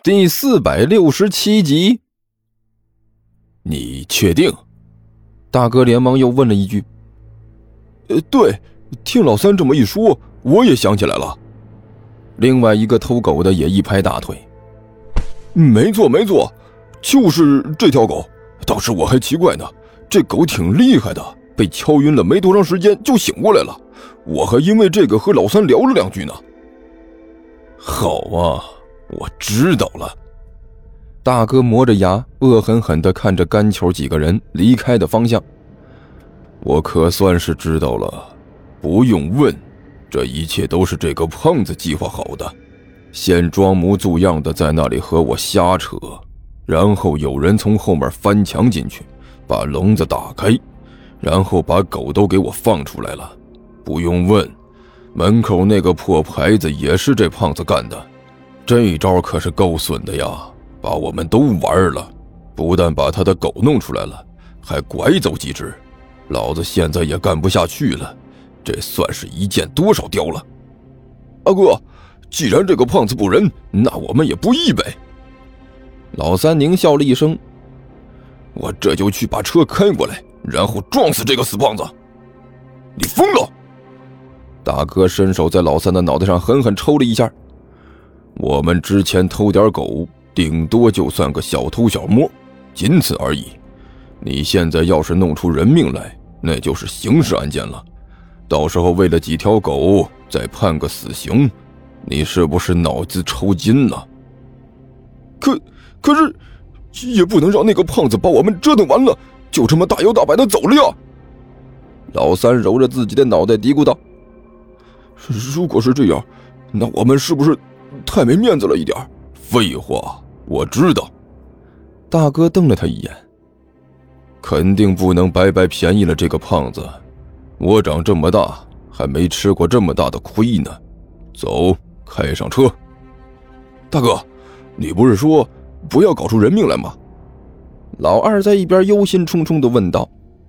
第467集。 你确定？ 大哥连忙又问了一句。 对，听老三这么一说，我也想起来了。 另外一个偷狗的也一拍大腿。 没错，就是这条狗。当时我还奇怪呢，这狗挺厉害的，被敲晕了没多长时间就醒过来了。我还因为这个和老三聊了2句呢。好啊，我知道了。 大哥磨着牙，恶狠狠地看着干球几个人离开的方向。 我可算是知道了，不用问，这一切都是这个胖子计划好的。先装模作样的在那里和我瞎扯，然后有人从后面翻墙进去，把笼子打开，然后把狗都给我放出来了。不用问，门口那个破牌子也是这胖子干的。这招可是够损的呀，把我们都玩了，不但把他的狗弄出来了，还拐走几只。老子现在也干不下去了，这算是一箭多少雕了。阿哥，既然这个胖子不仁，那我们也不义呗。 老三狞笑了一声， 我这就去把车开过来，然后撞死这个死胖子。你疯了！ 大哥伸手在老三的脑袋上狠狠抽了一下。 我们之前偷点狗，顶多就算个小偷小摸，仅此而已。你现在要是弄出人命来，那就是刑事案件了。到时候为了几条狗再判个死刑，你是不是脑子抽筋了？可是也不能让那个胖子把我们折腾完了，就这么大摇大摆的走了呀。 老三揉着自己的脑袋嘀咕道。 如果是这样，那我们是不是太没面子了一点？废话，我知道。 大哥瞪了他一眼。 肯定不能白白便宜了这个胖子，我长这么大还没吃过这么大的亏呢。走，开上车。大哥，你不是说不要搞出人命来吗？ 老二在一边忧心忡忡地问道。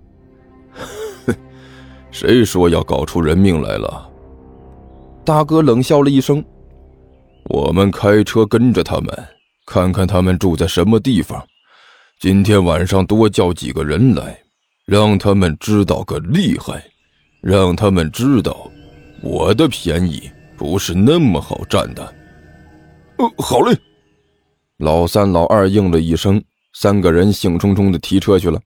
谁说要搞出人命来了？ 大哥冷笑了一声。 我们开车跟着他们，看看他们住在什么地方。今天晚上多叫几个人来，让他们知道个厉害，让他们知道我的便宜不是那么好占的。好嘞。 老三老二应了一声，3个人兴冲冲地提车去了。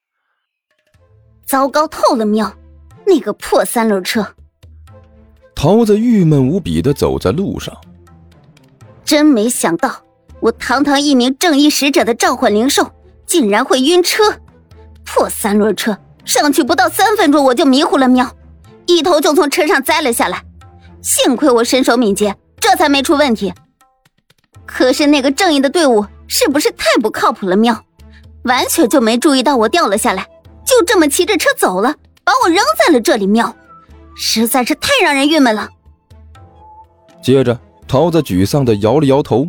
糟糕透了喵，那个破3轮车。 桃子郁闷无比地走在路上。 真没想到，我堂堂一名正义使者的召唤灵兽竟然会晕车。破3轮车上去不到3分钟我就迷糊了喵，一头就从车上栽了下来。幸亏我身手敏捷，这才没出问题。可是那个正义的队伍是不是太不靠谱了喵，完全就没注意到我掉了下来，就这么骑着车走了，把我扔在了这里喵，实在是太让人郁闷了。 接着桃子沮丧地摇了摇头。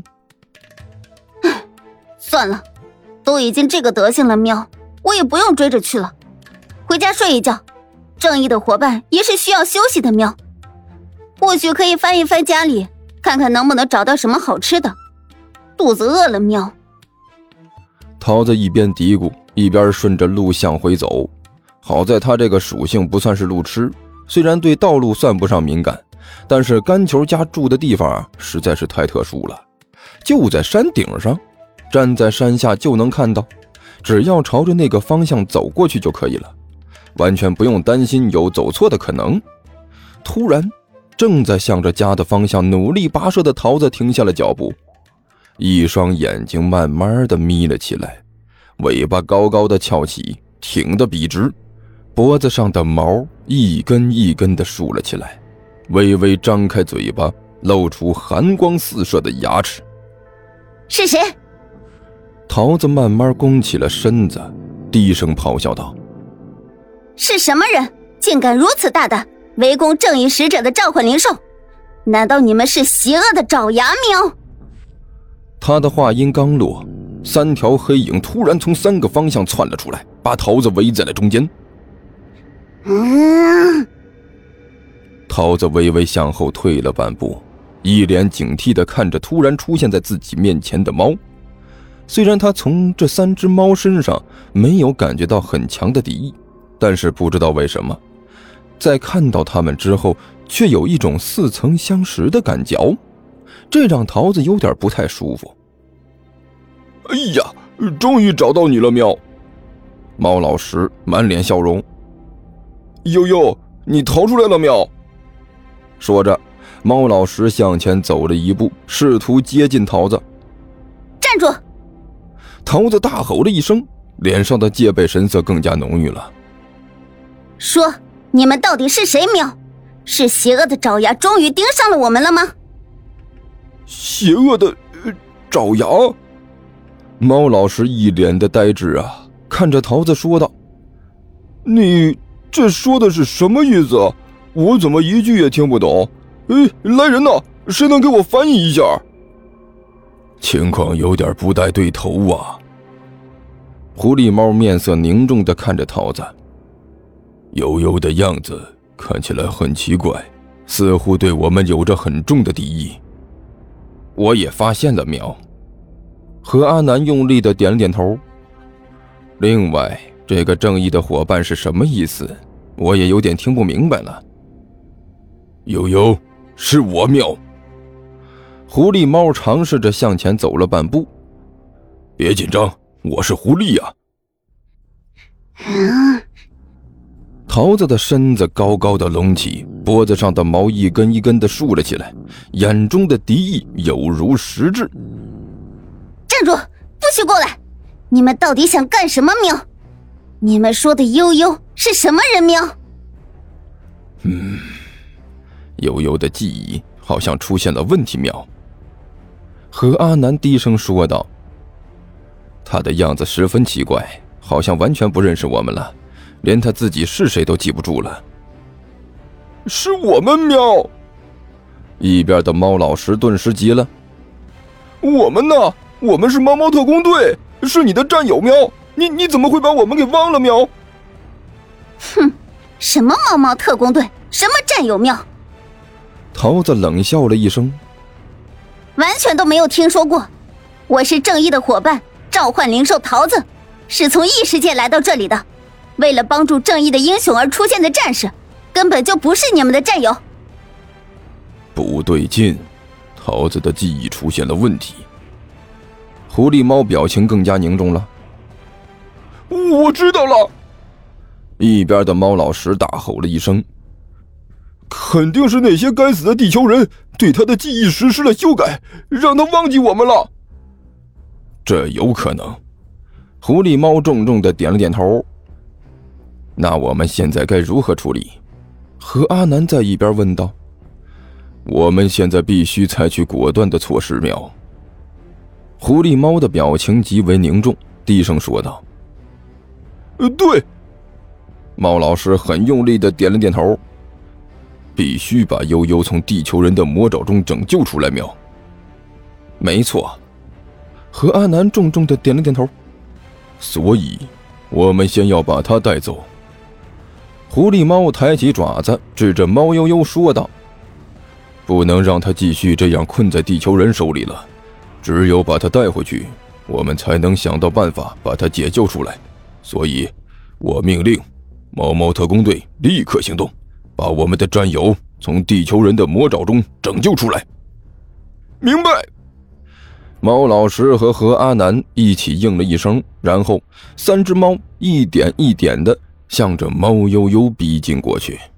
算了，都已经这个德行了喵，我也不用追着去了，回家睡一觉。正义的伙伴也是需要休息的喵，或许可以翻一翻家里，看看能不能找到什么好吃的，肚子饿了喵。 桃子一边嘀咕一边顺着路向回走。好在他这个属性不算是路痴，虽然对道路算不上敏感，但是干球家住的地方实在是太特殊了，就在山顶上，站在山下就能看到，只要朝着那个方向走过去就可以了，完全不用担心有走错的可能。突然，正在向着家的方向努力跋涉的桃子停下了脚步，一双眼睛慢慢地眯了起来，尾巴高高的翘起，挺得笔直，脖子上的毛一根一根地竖了起来，微微张开嘴巴，露出寒光四射的牙齿。 是谁？ 桃子慢慢弓起了身子，低声咆哮道： 是什么人竟敢如此大胆围攻正义使者的召唤灵兽？难道你们是邪恶的爪牙喵？ 他的话音刚落，3条黑影突然从3个方向窜了出来，把桃子围在了中间。桃子微微向后退了半步， 一脸警惕地看着突然出现在自己面前的猫。虽然他从这3只猫身上没有感觉到很强的敌意，但是不知道为什么，在看到它们之后却有一种似曾相识的感觉，这让桃子有点不太舒服。 哎呀，终于找到你了，喵！ 猫老师满脸笑容。 悠悠，你逃出来了，喵！ 说着，猫老师向前走了一步，试图接近桃子。 站住！ 桃子大吼了一声，脸上的戒备神色更加浓郁了。 说，你们到底是谁？喵，是邪恶的爪牙终于盯上了我们了吗？ 邪恶的爪牙？ 猫老师一脸的呆滞啊，看着桃子说道： 你这说的是什么意思？我怎么一句也听不懂？来人呐，谁能给我翻译一下？ 情况有点不太对头啊。狐狸猫面色凝重地看着桃子。 悠悠的样子看起来很奇怪，似乎对我们有着很重的敌意。 我也发现了，喵。何阿南用力地点了点头。另外，这个正义的伙伴是什么意思？我也有点听不明白了。 悠悠，是我，喵。 狐狸猫尝试着向前走了半步。 别紧张，我是狐狸呀。 桃子的身子高高的隆起，脖子上的毛一根一根的竖了起来，眼中的敌意有如实质。 站住！不许过来！你们到底想干什么，喵？你们说的悠悠是什么人，喵？ 悠悠的记忆好像出现了问题，喵。何阿南低声说道。他的样子十分奇怪，好像完全不认识我们了，连他自己是谁都记不住了。 是我们，喵！ 一边的猫老师顿时急了。 我们呢？我们是猫猫特工队，是你的战友，喵！你怎么会把我们给忘了，喵？ 哼，什么猫猫特工队，什么战友，喵？ 桃子冷笑了一声。 完全都没有听说过。我是正义的伙伴，召唤灵兽桃子，是从异世界来到这里的，为了帮助正义的英雄而出现的战士，根本就不是你们的战友。 不对劲，桃子的记忆出现了问题。 狐狸猫表情更加凝重了。 我知道了！ 一边的猫老师大吼了一声。 肯定是那些该死的地球人对他的记忆实施了修改，让他忘记我们了。 这有可能。狐狸猫重重地点了点头。那我们现在该如何处理？何阿南在一边问道。 我们现在必须采取果断的措施，喵。 狐狸猫的表情极为凝重，低声说道。 对。 猫老师很用力地点了点头。 必须把悠悠从地球人的魔爪中拯救出来，喵。 没错。何阿南重重地点了点头。 所以我们先要把他带走。 狐狸猫抬起爪子指着猫悠悠说道。 不能让他继续这样困在地球人手里了，只有把他带回去，我们才能想到办法把他解救出来。所以我命令猫猫特工队立刻行动，把我们的战友从地球人的魔爪中拯救出来。 明白。猫老师和何阿南一起应了一声，然后3只猫一点一点地向着猫悠悠逼近过去。